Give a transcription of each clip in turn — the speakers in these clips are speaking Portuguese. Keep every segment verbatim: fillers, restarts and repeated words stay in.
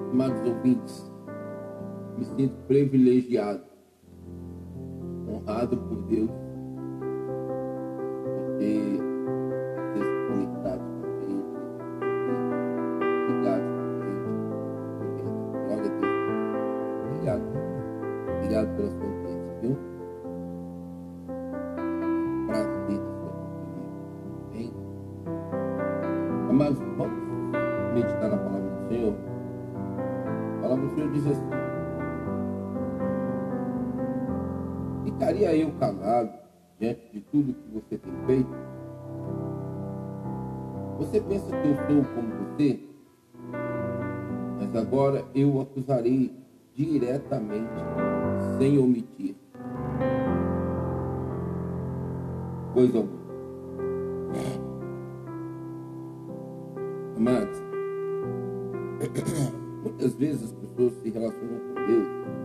Amados ouvintes, me sinto privilegiado, honrado por Deus, por ter vocês conectados com a gente, ligados com a gente. Glória a Deus. Obrigado. Obrigado pela sua audiência, viu? Prazer da sua companhia. Amém? Amados, vamos meditar na palavra do Senhor. A palavra do Senhor diz assim: ficaria eu calado diante de tudo que você tem feito? Você pensa que eu sou como você? Mas agora eu o acusarei diretamente, sem omitir coisa alguma. Amados, muitas vezes as pessoas se relacionam com Deus.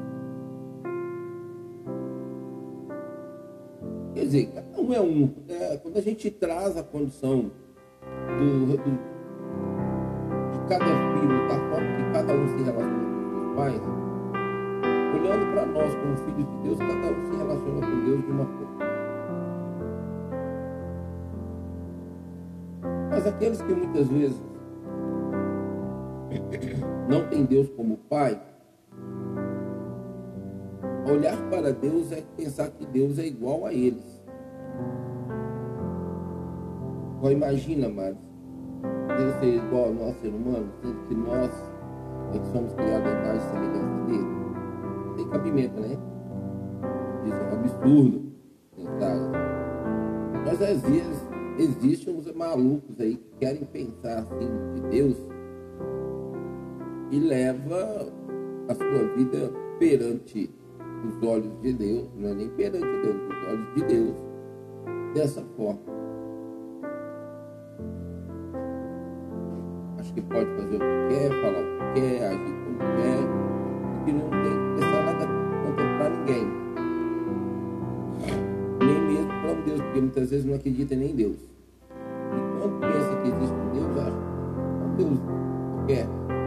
Quer dizer, cada um é um. Né? Quando a gente traz a condição do, do, de cada filho, da forma que cada um se relaciona com seus pais, olhando para nós como filhos de Deus, cada um se relaciona com Deus de uma forma. Mas aqueles que muitas vezes não têm Deus como pai, olhar para Deus é pensar que Deus é igual a eles. Agora imagina, amados, Deus ser igual a nós, ser humano, sendo que nós é que somos criados em imagem e semelhança dele. Tem cabimento, né? Isso é um absurdo pensar isso. Mas às vezes existem uns malucos aí que querem pensar assim de Deus e leva a sua vida perante os olhos de Deus, não é nem perante Deus, os olhos de Deus, dessa forma. Acho que pode fazer o que quer, falar o que quer, agir como quer, e que não tem que pensar nada contra para ninguém. Nem mesmo para Deus, porque muitas vezes não acredita nem em Deus. E quando pensa que existe um Deus, acha que um Deus quer.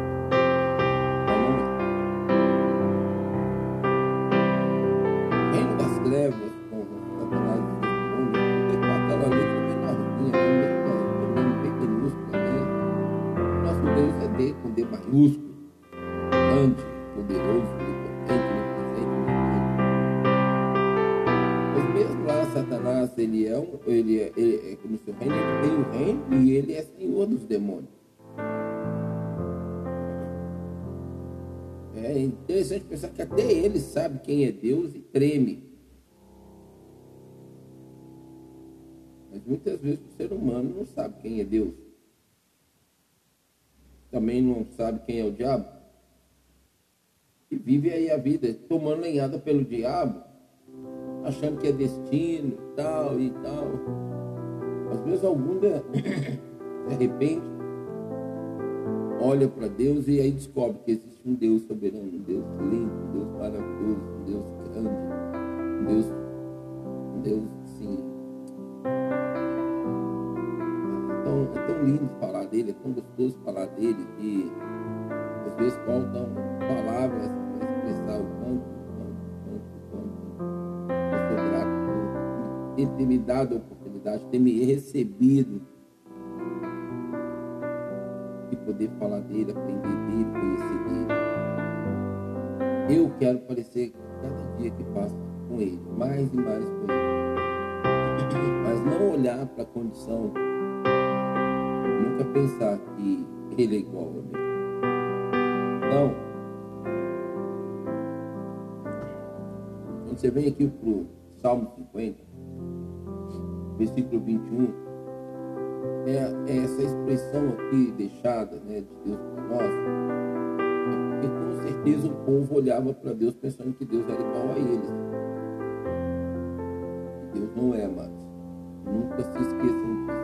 Trevas com os Satanás desse mundo, porque com aquela letra menorzinha, também, também bem minúscula, né? Nosso Deus é D, com D maiúsculo, grande, poderoso, onipotente, onipresente, onipresente. Mas mesmo lá, Satanás, ele é, um, ele é, ele é como seu reino, ele tem o reino e ele é senhor dos demônios. É interessante pensar que até ele sabe quem é Deus e treme. Mas muitas vezes o ser humano não sabe quem é Deus. Também não sabe quem é o diabo. E vive aí a vida tomando lenhada pelo diabo, achando que é destino e tal e tal. Às vezes algum de, de repente olha para Deus e aí descobre que existe um Deus soberano, um Deus lindo, um Deus maravilhoso, um Deus grande, um Deus, um Deus assim. É tão lindo falar dele, é tão gostoso falar dele, que às vezes faltam palavras para expressar o quanto, quanto, quanto, quanto eu sou grato por ter me dado a oportunidade, ter me recebido de poder falar dele, aprender dele, conhecer dele. Eu quero parecer cada dia que passa com ele, mais e mais com ele. Mas não olhar para a condição, nunca pensar que ele é igual a mim. Não. Quando você vem aqui para o Salmo cinquenta, versículo vinte e um, é, é essa expressão aqui deixada, né, de Deus para nós, é porque com certeza o povo olhava para Deus pensando que Deus era igual a eles. E Deus não é, amados. Nunca se esqueçam disso.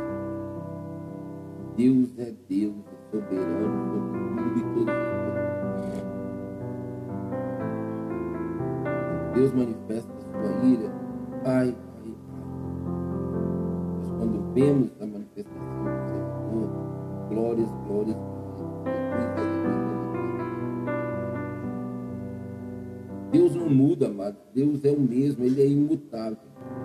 Deus é Deus, é soberano sobre tudo e todas as coisas. Deus manifesta a sua ira, Pai, Pai, Pai. Mas quando vemos a manifestação do Senhor, glórias, glórias, glórias, muda, amado. Deus é o mesmo, ele é imutável.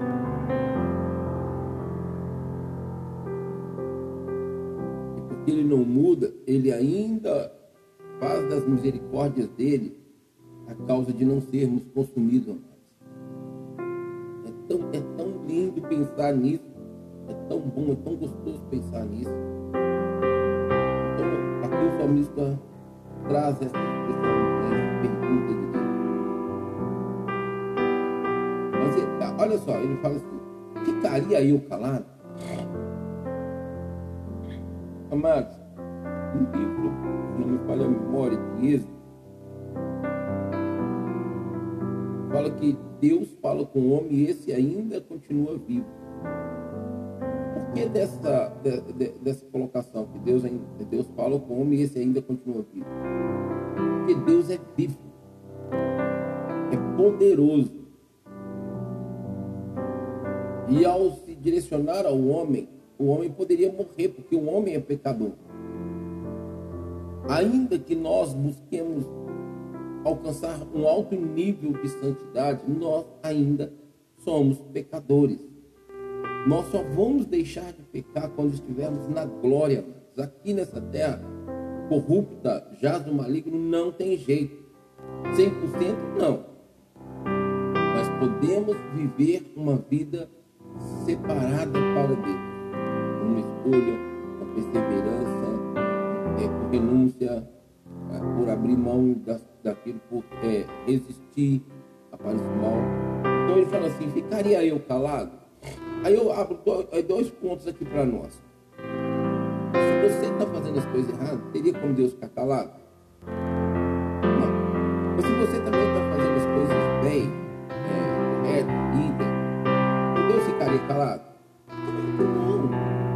E porque ele não muda, ele ainda faz das misericórdias dele a causa de não sermos consumidos, amados. É tão, é tão lindo pensar nisso. É tão bom, é tão gostoso pensar nisso. Então, aqui o salmista traz essa expressão, essa pergunta de Deus. Mas ele, olha só, ele fala assim: ficaria eu calado? Amados, no livro, se não me falha a memória, de Êxodo, fala que Deus fala com o homem e esse ainda continua vivo. Por que dessa, de, de, dessa colocação? Que Deus, Deus fala com o homem e esse ainda continua vivo? Porque Deus é vivo, é poderoso. E ao se direcionar ao homem, o homem poderia morrer, porque o homem é pecador. Ainda que nós busquemos alcançar um alto nível de santidade, nós ainda somos pecadores. Nós só vamos deixar de pecar quando estivermos na glória. Aqui nessa terra corrupta, jaz do maligno, não tem jeito. cem por cento não. Mas podemos viver uma vida separada para Deus. Uma escolha, uma perseverança, é, por renúncia, é, por abrir mão da, daquilo, por é, resistir a parecer mal. Então ele fala assim: ficaria eu calado? Aí eu abro dois, dois pontos aqui para nós. Se você está fazendo as coisas erradas, teria como Deus ficar calado? Não. Mas se você também está fazendo as coisas bem, é, reto, íntegro, Deus ficaria calado? Não.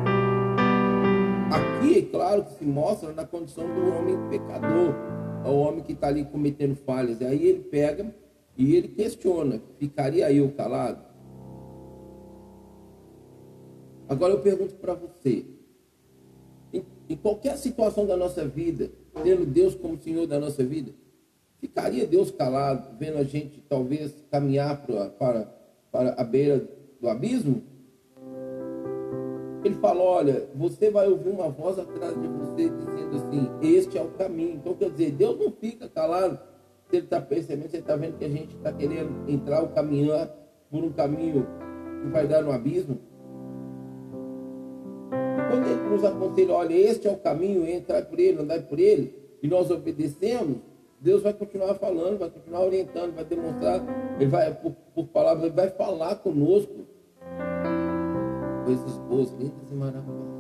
Aqui, é claro que se mostra na condição do homem pecador, o homem que está ali cometendo falhas. Aí ele pega e ele questiona: ficaria eu calado? Agora eu pergunto para você, em, em qualquer situação da nossa vida, tendo Deus como Senhor da nossa vida, ficaria Deus calado, vendo a gente talvez caminhar para, para, para a beira do abismo? Ele fala: olha, você vai ouvir uma voz atrás de você dizendo assim: este é o caminho. Então quer dizer, Deus não fica calado se ele está percebendo, se ele está vendo que a gente está querendo entrar ou caminhar por um caminho que vai dar no abismo. Quando ele nos aconselha: olha, este é o caminho, entrar por ele, andar por ele, e nós obedecemos, Deus vai continuar falando, vai continuar orientando, vai demonstrar, ele vai, por, por palavras, ele vai falar conosco, coisas boas, lindas e maravilhosas.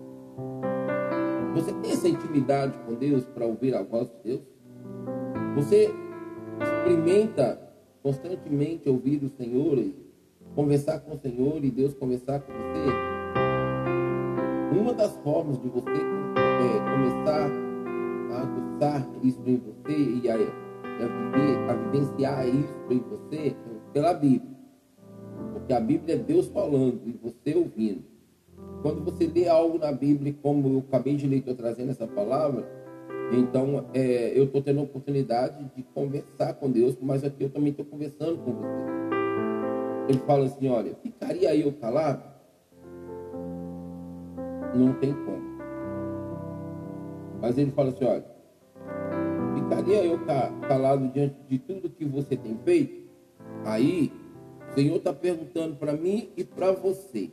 Você tem essa intimidade com Deus para ouvir a voz de Deus? Você experimenta constantemente ouvir o Senhor, e conversar com o Senhor e Deus conversar com você? Uma das formas de você é, começar a aguçar isso em você e a, a, viver, a vivenciar isso em você é pela Bíblia. Porque a Bíblia é Deus falando e você ouvindo. Quando você lê algo na Bíblia, como eu acabei de ler, estou trazendo essa palavra, então é, eu estou tendo a oportunidade de conversar com Deus, mas aqui eu também estou conversando com você. Ele fala assim: olha, ficaria eu calado? Não tem como. Mas ele fala assim: olha, ficaria eu calado diante de tudo que você tem feito? Aí, o Senhor está perguntando para mim e para você.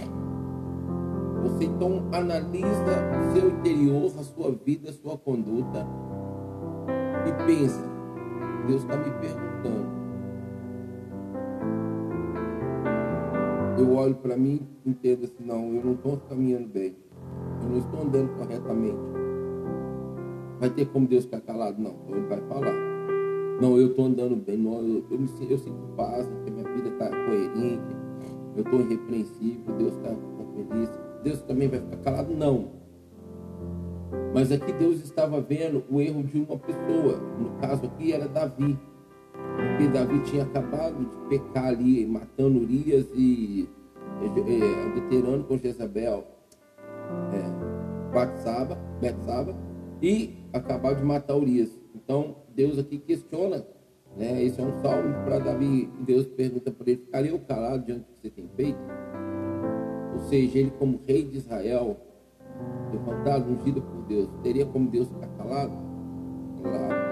Você então analisa o seu interior, a sua vida, a sua conduta e pensa: Deus está me perguntando. Eu olho para mim e entendo assim: não, eu não estou caminhando bem, eu não estou andando corretamente. Vai ter como Deus ficar calado? Não, então ele vai falar: não, eu estou andando bem, não, eu, eu, me, eu sinto paz, porque minha vida está coerente, eu estou irrepreensível, Deus está feliz. Deus também vai ficar calado? Não. Mas aqui Deus estava vendo o erro de uma pessoa, no caso aqui era Davi. Porque Davi tinha acabado de pecar ali, matando Urias e é, adulterando com Jezabel, é, Batsaba, Betsaba, e acabado de matar Urias. Então Deus aqui questiona Né? Esse é um salmo para Davi. Deus pergunta para ele: ficaria eu calado diante do que você tem feito? Ou seja, ele, como rei de Israel, levantado, ungido por Deus, teria como Deus ficar calado? Claro.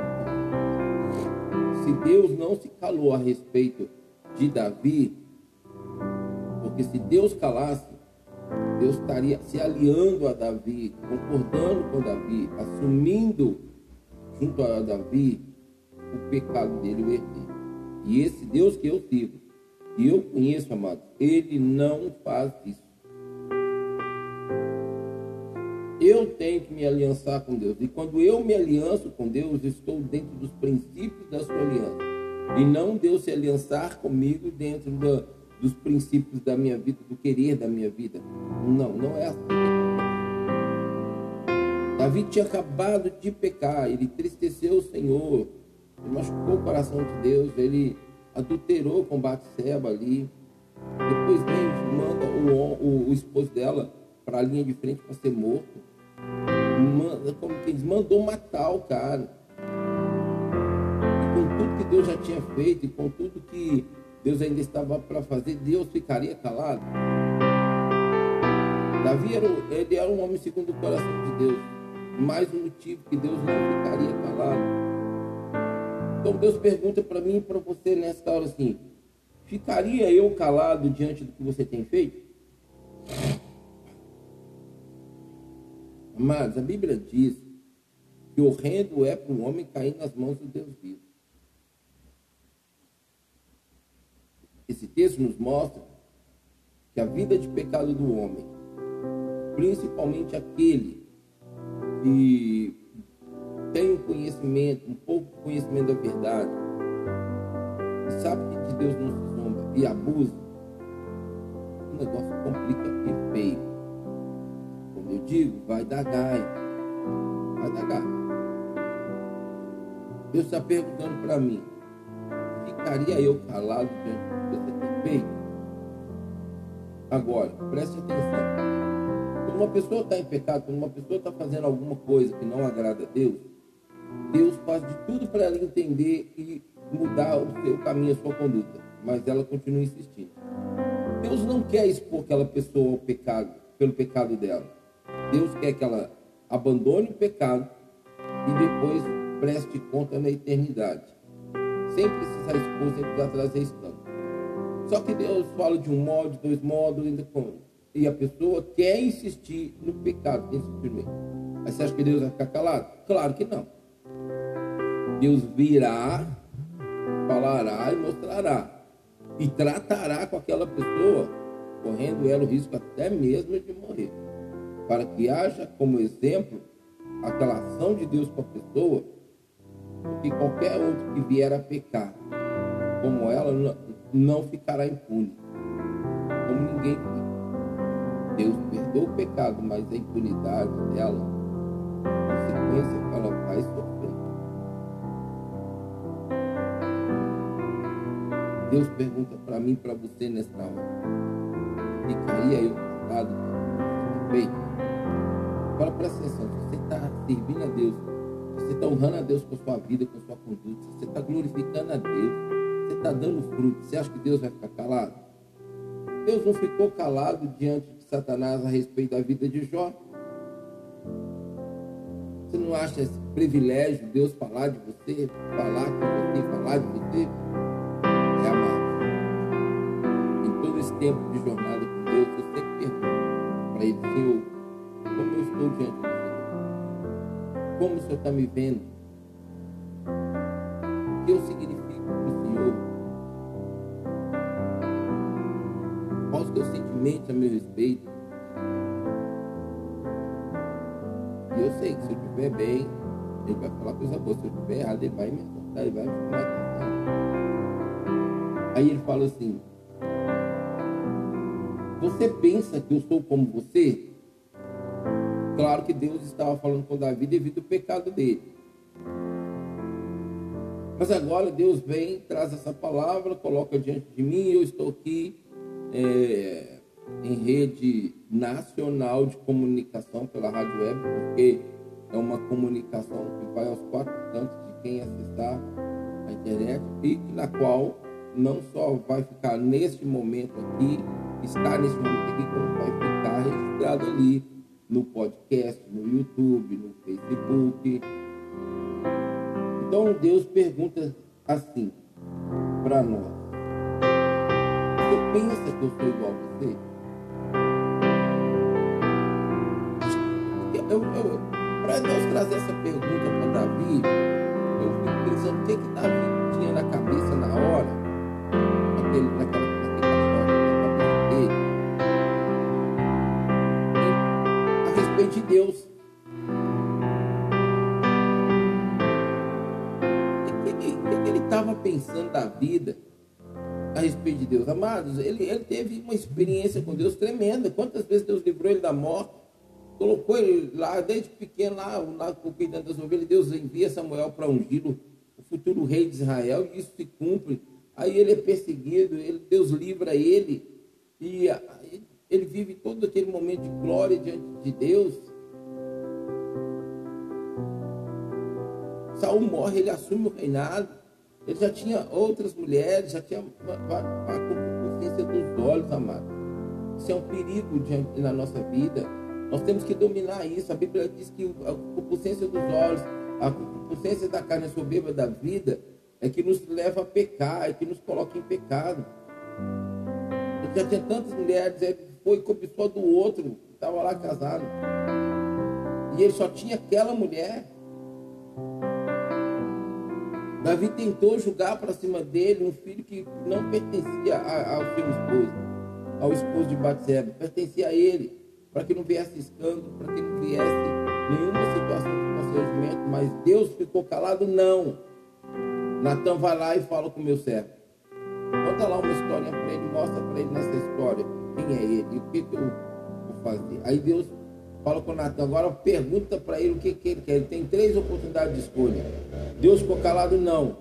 Se Deus não se calou a respeito de Davi, porque se Deus calasse, Deus estaria se aliando a Davi, concordando com Davi, assumindo junto a Davi o pecado dele, o erro. E esse Deus que eu sigo, e eu conheço, amados, ele não faz isso. Eu tenho que me aliançar com Deus. E quando eu me alianço com Deus, estou dentro dos princípios da sua aliança. E não Deus se aliançar comigo dentro da, dos princípios da minha vida, do querer da minha vida. Não, não é assim. Davi tinha acabado de pecar, ele entristeceu o Senhor, ele machucou o coração de Deus, ele adulterou com Batseba ali. Depois vem, manda o, o, o esposo dela para a linha de frente para ser morto. Manda, como que diz, mandou matar o cara. E com tudo que Deus já tinha feito, e com tudo que Deus ainda estava para fazer, Deus ficaria calado? Davi era, ele era um homem segundo o coração de Deus. Mais um motivo que Deus não ficaria calado. Então Deus pergunta para mim e para você nesta hora assim: ficaria eu calado diante do que você tem feito? Amados, a Bíblia diz que horrendo é para o homem cair nas mãos do Deus vivo. Esse texto nos mostra que a vida de pecado do homem, principalmente aquele que tem um conhecimento, um pouco de conhecimento da verdade, e sabe que de Deus não se zomba e abusa, o negócio complica e feio. Como eu digo, vai dar gai. Vai dar gai. Deus está perguntando para mim: ficaria eu calado diante do que você tem feito? Agora, preste atenção. Quando uma pessoa está em pecado, quando uma pessoa está fazendo alguma coisa que não agrada a Deus, Deus faz de tudo para ela entender e mudar o seu caminho, a sua conduta. Mas ela continua insistindo. Deus não quer expor aquela pessoa ao pecado, pelo pecado dela. Deus quer que ela abandone o pecado e depois preste conta na eternidade, sem precisar expor, sem precisar trazer escândalo. Só que Deus fala de um modo, de dois modos, ainda com... e a pessoa quer insistir no pecado, quer insistir mesmo. Aí você acha que Deus vai ficar calado? Claro que não. Deus virá, falará e mostrará, e tratará com aquela pessoa, correndo ela o risco até mesmo de morrer, para que haja como exemplo aquela ação de Deus com a pessoa, porque qualquer outro que vier a pecar como ela não ficará impune, como ninguém fica. Deus perdoa o pecado, mas a impunidade dela, a consequência que ela vai sofrer. Deus pergunta para mim e para você nesta hora: ficaria eu calado do feito? Agora presta atenção, se você está servindo a Deus, se você está honrando a Deus com a sua vida, com a sua conduta, se você está glorificando a Deus, você está dando fruto, você acha que Deus vai ficar calado? Deus não ficou calado diante de Satanás a respeito da vida de Jó. Você não acha esse privilégio de Deus falar de você, falar com você, falar de você? É, amado, em todo esse tempo de jornada com Deus, eu sempre pergunto para Ele: Senhor, como eu estou diante do Senhor? Como o Senhor está me vendo? O que eu significo para o Senhor? Quais os teus sentimentos a meu respeito? E eu sei que se eu estiver bem, Ele vai falar coisa boa. Se eu estiver errado, Ele vai me acertar, Ele vai me chamar de atenção. Aí Ele fala assim: você pensa que eu sou como você? Claro que Deus estava falando com Davi devido ao pecado dele. Mas agora Deus vem, traz essa palavra, coloca diante de mim, e eu estou aqui é, em rede nacional de comunicação pela Rádio Web, porque é uma comunicação que vai aos quatro cantos de quem acessar a internet. internet, e na qual não só vai ficar neste momento aqui, está nesse momento aqui, como vai ficar registrado ali no podcast, no YouTube, no Facebook. Então Deus pergunta assim para nós: você pensa que eu sou igual a você? Para Deus trazer essa pergunta para Davi, eu fico pensando o que, que Davi tinha na cabeça na hora, naquele, naquela, naquela história, na cabeça dele, a respeito de Deus. O que, que, que ele estava pensando da vida a respeito de Deus? Amados, ele, ele teve uma experiência com Deus tremenda. Quantas vezes Deus livrou ele da morte? Colocou ele lá, desde pequeno, lá, lá cuidando das ovelhas. Deus envia Samuel para ungí-lo, o futuro rei de Israel, e isso se cumpre. Aí ele é perseguido, ele, Deus livra ele, e aí, ele vive todo aquele momento de glória diante de Deus. Saul morre, ele assume o reinado. Ele já tinha outras mulheres, já tinha a concupiscência dos olhos, amado. Isso é um perigo diante, na nossa vida. Nós temos que dominar isso. A Bíblia diz que a concupiscência dos olhos, a concupiscência da carne, a soberba da vida, é que nos leva a pecar, é que nos coloca em pecado. Ele já tinha tantas mulheres, ele foi cobiçou do outro, estava lá casado. E ele só tinha aquela mulher. Davi tentou julgar para cima dele um filho que não pertencia ao seu esposo, ao esposo de Batseba, pertencia a ele, para que não viesse escândalo, para que não viesse nenhuma situação de constrangimento, mas Deus ficou calado, não. Natan vai lá e fala com o meu servo. Conta lá uma história para ele, mostra para ele nessa história quem é ele e o que, que eu vou fazer. Aí Deus fala com o Natan, agora pergunta para ele o que, que ele quer. Ele tem três oportunidades de escolha. Deus ficou calado, não.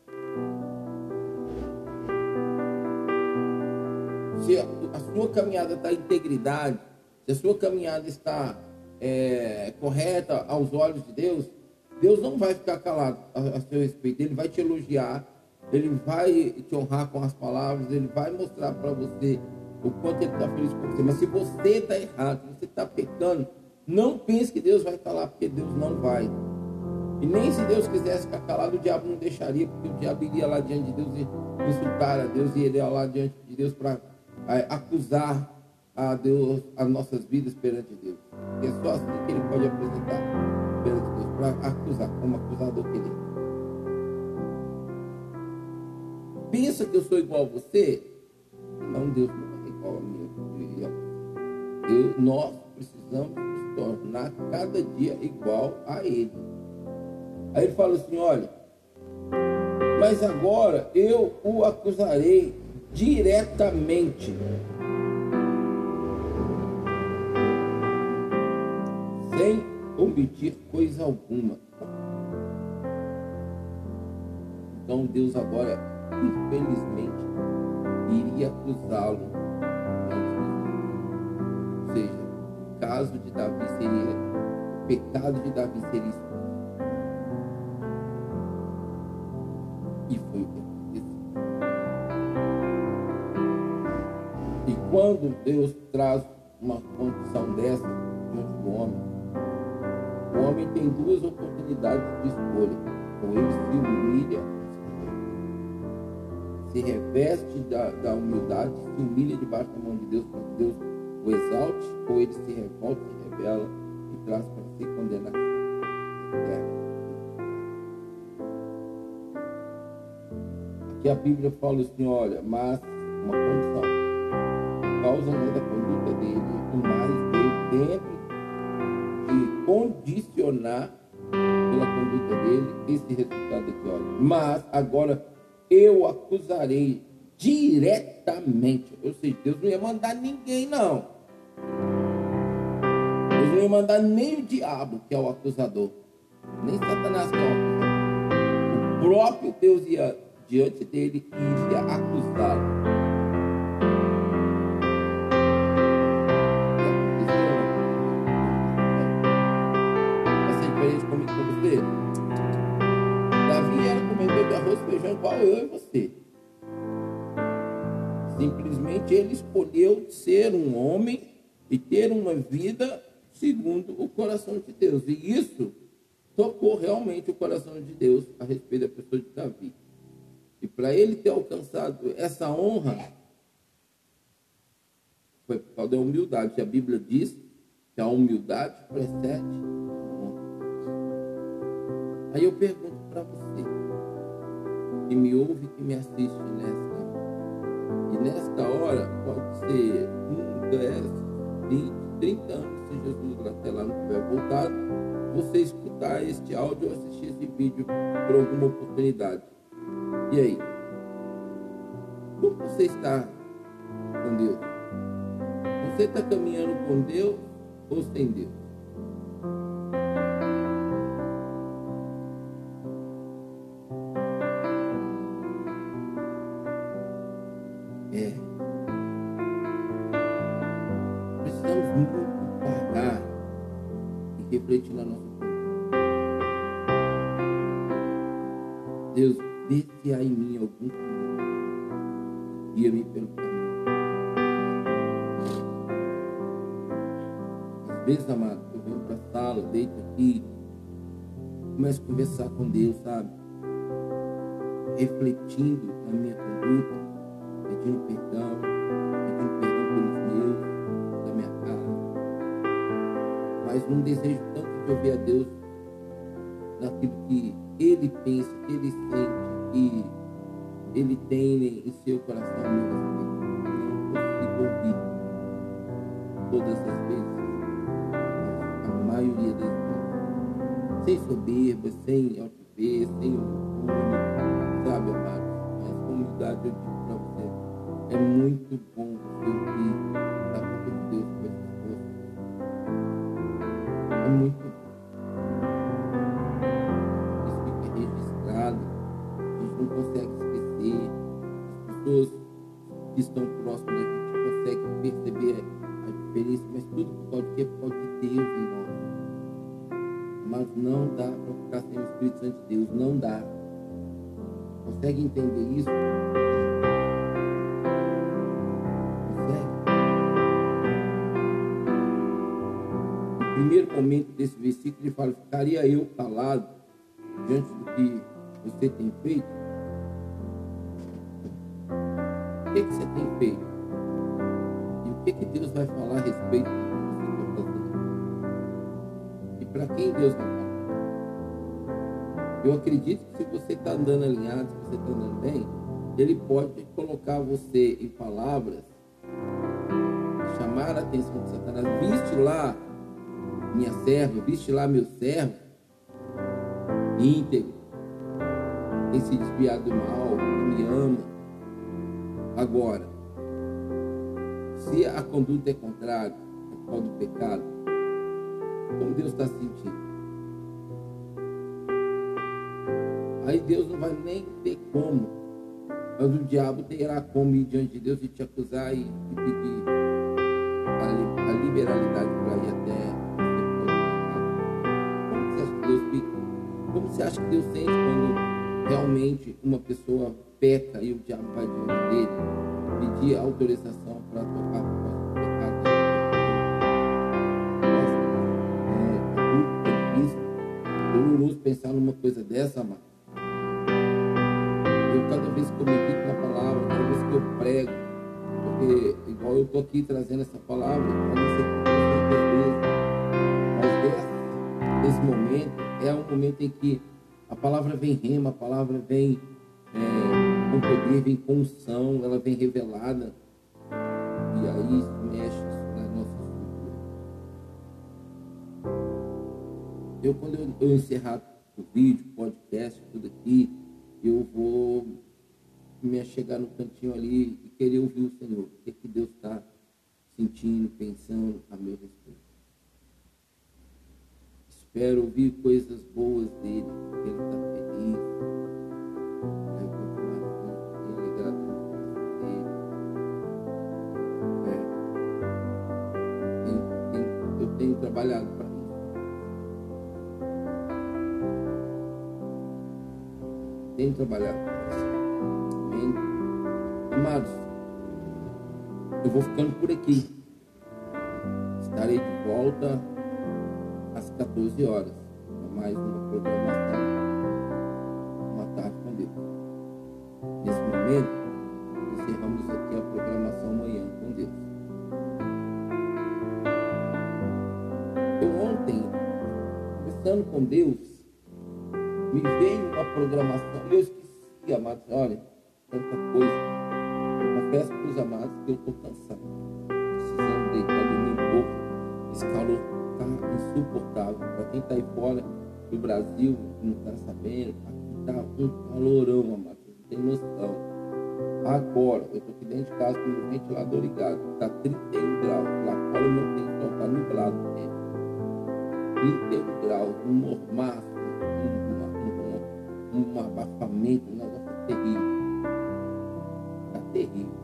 Se a sua caminhada está em integridade, se a sua caminhada está é, correta aos olhos de Deus, Deus não vai ficar calado a, a seu respeito. Ele vai te elogiar, ele vai te honrar com as palavras, ele vai mostrar para você o quanto ele está feliz com você. Mas se você está errado, se você está pecando, não pense que Deus vai calar, porque Deus não vai. E nem se Deus quisesse ficar calado, o diabo não deixaria, porque o diabo iria lá diante de Deus e insultar a Deus, e ele ia lá diante de Deus para acusar a Deus, as nossas vidas perante Deus. E é só assim que ele pode apresentar perante Deus, para acusar, como acusador que ele é. Pensa que eu sou igual a você? Não, Deus não é igual a mim. Eu, nós precisamos nos tornar cada dia igual a Ele. Aí ele fala assim, olha, mas agora eu o acusarei diretamente, sem omitir coisa alguma. Então Deus agora, infelizmente, iria acusá-lo. Ou seja, o caso de Davi seria, o pecado de Davi seria isso. E foi o que aconteceu. E quando Deus traz uma condição dessa diante do homem, o homem tem duas oportunidades de escolha. Ou ele se humilha, se reveste da, da humildade, se humilha debaixo da mão de Deus para que Deus o exalte, ou ele se revolta, se rebela e traz para si condenação eterna. Aqui a Bíblia fala assim, olha, mas uma condição, por causa né, da conduta dele, o mais veio dentro de condicionar pela conduta dele esse resultado aqui, olha. Mas agora eu acusarei diretamente. Ou seja, Deus não ia mandar ninguém, não. Deus não ia mandar nem o diabo, que é o acusador. Nem Satanás, que é o acusador. O próprio Deus ia diante dele e iria acusá-lo. Essa é a diferença comigo com você. Davi era comedor de arroz e seja igual eu e você. Simplesmente ele escolheu ser um homem e ter uma vida segundo o coração de Deus. E isso tocou realmente o coração de Deus a respeito da pessoa de Davi. E para ele ter alcançado essa honra, foi por causa da humildade. A Bíblia diz que a humildade precede a honra. Aí eu pergunto para você, que me ouve, que me assiste nesta hora. E nesta hora, pode ser um, dez, vinte, trinta anos, se Jesus até lá não tiver voltado, você escutar este áudio ou assistir esse vídeo por alguma oportunidade. E aí? Como você está com Deus? Você está caminhando com Deus ou sem Deus? É. Precisamos muito parar e refletir na nossa vida. Deus, vê se há em mim algum caminho. Guia-me pelo caminho. Às vezes, amado, eu venho para a sala, deito aqui, começo a conversar com Deus, sabe? Refletindo na minha conduta, pedindo perdão, pedindo perdão pelos meus, da minha casa. Mas não desejo tanto de ouvir a Deus naquilo que Ele pensa, que Ele sente, que Ele tem em seu coração a meu respeito. Não consigo ouvir todas as vezes, mas a maioria das vezes, sem soberba, sem altivez, sem orgulho, sabe, amado? Mas com humildade eu digo para você, é muito bom você ouvir da boca de Deus com essas coisas. É muito bom. Isso fica registrado, a gente não consegue esquecer. As pessoas que estão próximas da gente conseguem perceber a diferença, mas tudo por causa de, por causa de Deus em nós. Mas não dá para ficar sem o Espírito Santo de Deus, não dá. Consegue entender isso? Consegue? No primeiro momento desse versículo, ele fala: ficaria eu calado diante do que você tem feito? O que, que você tem feito? E o que, que Deus vai falar a respeito do que você está fazendo? E para quem Deus vai falar? Eu acredito que se você está andando alinhado, se você está andando bem, Ele pode colocar você em palavras, chamar a atenção de Satanás. Viste lá minha serva, viste lá meu servo, íntegro, tem se desviado do mal, que me ama. Agora, se a conduta é contrária, é por causa do pecado, como Deus está sentindo? Aí Deus não vai nem ter como, mas o diabo terá como ir diante de Deus e te acusar e, e pedir a, a liberalidade para ir até você. Como você acha que Deus fica? Como você acha que Deus sente quando realmente uma pessoa peca e o diabo vai diante dele pedir autorização para tocar por causa do pecado? Nossa, é muito difícil, doloroso pensar numa coisa dessa, amado. Eu, cada vez que eu medito na palavra, cada vez que eu prego, porque igual eu estou aqui trazendo essa palavra, pode ser que eu vezes, mas esse momento é um momento em que a palavra vem rema, a palavra vem é, com poder, vem com unção, ela vem revelada, e aí isso mexe na nossa estrutura. Eu, quando eu, eu encerrar o vídeo, podcast, tudo aqui, eu vou me chegar no cantinho ali e querer ouvir o Senhor. O que, é que Deus está sentindo, pensando a meu respeito. Espero ouvir coisas boas dele, que ele está feliz. Vai continuar assim, ele é grato dele. É. Tem, tem, eu tenho trabalhado para isso. Tem trabalhado com isso. Amém? Amados, eu vou ficando por aqui. Estarei de volta às quatorze horas. Para mais uma programação. Uma tarde com Deus. Nesse momento, encerramos aqui a programação Manhã com Deus. Eu ontem, conversando com Deus, me veio uma programação. Eu esqueci, amados, olha, tanta coisa. Eu confesso para os amados que eu estou cansado. Precisando deitar dormir um pouco. Esse calor está insuportável. Para quem está aí fora do Brasil, não está sabendo, aqui está um calorão, amados. Não tem noção. Agora, eu estou aqui dentro de casa com o ventilador ligado. Está trinta e um graus. Lá fora não tem sol, está nublado o tempo. trinta e um graus, um mormaço, um, um, um abafamento, um negócio terrível. Está terrível.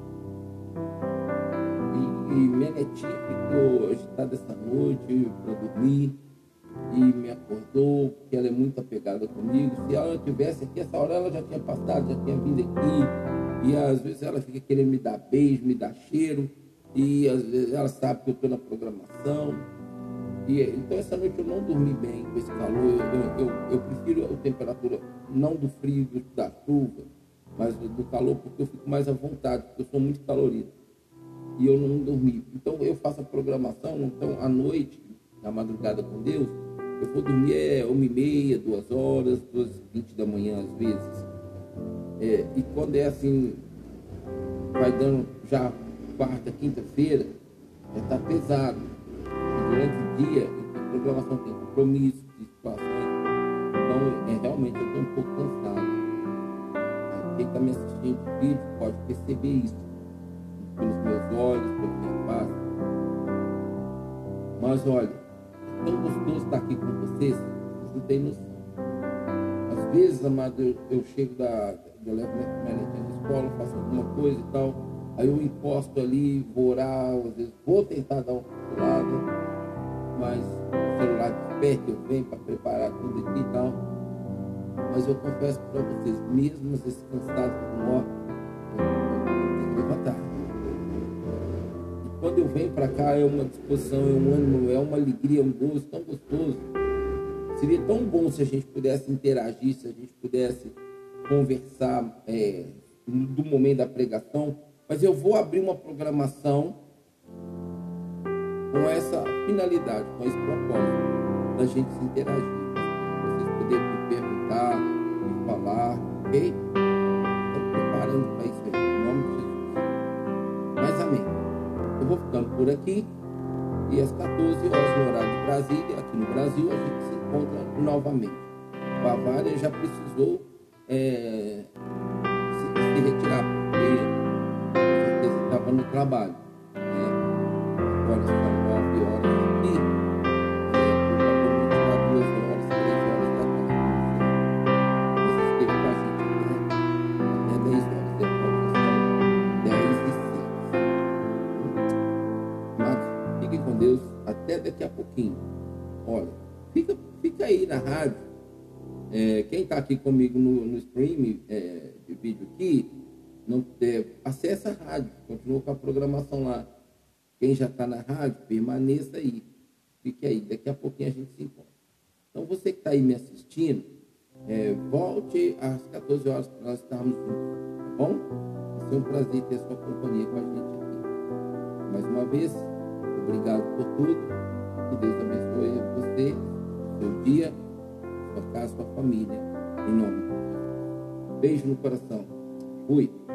E, e minha netinha ficou agitada essa noite para dormir e me acordou, porque ela é muito apegada comigo. Se ela estivesse aqui, essa hora ela já tinha passado, já tinha vindo aqui. E às vezes ela fica querendo me dar beijo, me dar cheiro. E às vezes ela sabe que eu estou na programação. E, então essa noite eu não dormi bem com esse calor. Eu, eu, eu, eu prefiro a temperatura não do frio, da chuva, mas do, do calor, porque eu fico mais à vontade, porque eu sou muito calorido. E eu não dormi. Então eu faço a programação, então à noite, na madrugada com Deus, eu vou dormir é uma e meia, duas horas, duas e vinte da manhã às vezes. É, e quando é assim, vai dando já quarta, quinta-feira, já está pesado. E durante o dia, a programação tem compromissos, situações. Então, é, realmente eu estou um pouco cansado. Quem está me assistindo no vídeo pode perceber isso. Pelos meus olhos, pela minha face. Mas olha, é tão gostoso estar aqui com vocês, vocês não têm noção. Às vezes, amado, eu, eu chego da. Eu levo minha netinha na escola, faço alguma coisa e tal. Aí eu encosto ali, vou orar, às vezes vou tentar dar uma pulada, mas o celular desperta, eu venho para preparar tudo aqui e tal. Mas eu confesso para vocês, mesmo esses cansados do norte, eu tenho que levantar. E quando eu venho para cá, é uma disposição, é um ânimo, é uma alegria, é um gozo tão gostoso. Seria tão bom se a gente pudesse interagir, se a gente pudesse conversar é, do momento da pregação, mas eu vou abrir uma programação com essa finalidade, com esse propósito, da gente se interagir, vocês poderem me perguntar, me falar, ok? Estou preparando para isso aí, em nome de Jesus. Mas amém. Eu vou ficando por aqui e às quatorze horas no horário de Brasília, aqui no Brasil, a gente se encontra novamente. Bavária já precisou É, se, se retirar, porque com certeza estava no trabalho, né? Agora são nove horas aqui, é, para duas horas, três horas da tarde. Você esteve com a gente até, até dez horas, depois são dez e seis. Mas fiquem com Deus até daqui a pouquinho. Olha, fica, fica aí na rádio. É, quem está aqui comigo no, no stream é, de vídeo aqui, não, é, acessa a rádio, continua com a programação lá. Quem já está na rádio, permaneça aí. Fique aí, daqui a pouquinho a gente se encontra. Então você que está aí me assistindo, é, volte às quatorze horas para nós estarmos juntos, tá bom? Vai ser um prazer ter a sua companhia com a gente aqui. Mais uma vez, obrigado por tudo. Que Deus abençoe você, seu dia, sua casa, sua família, em nome de Jesus. Beijo no coração. Fui.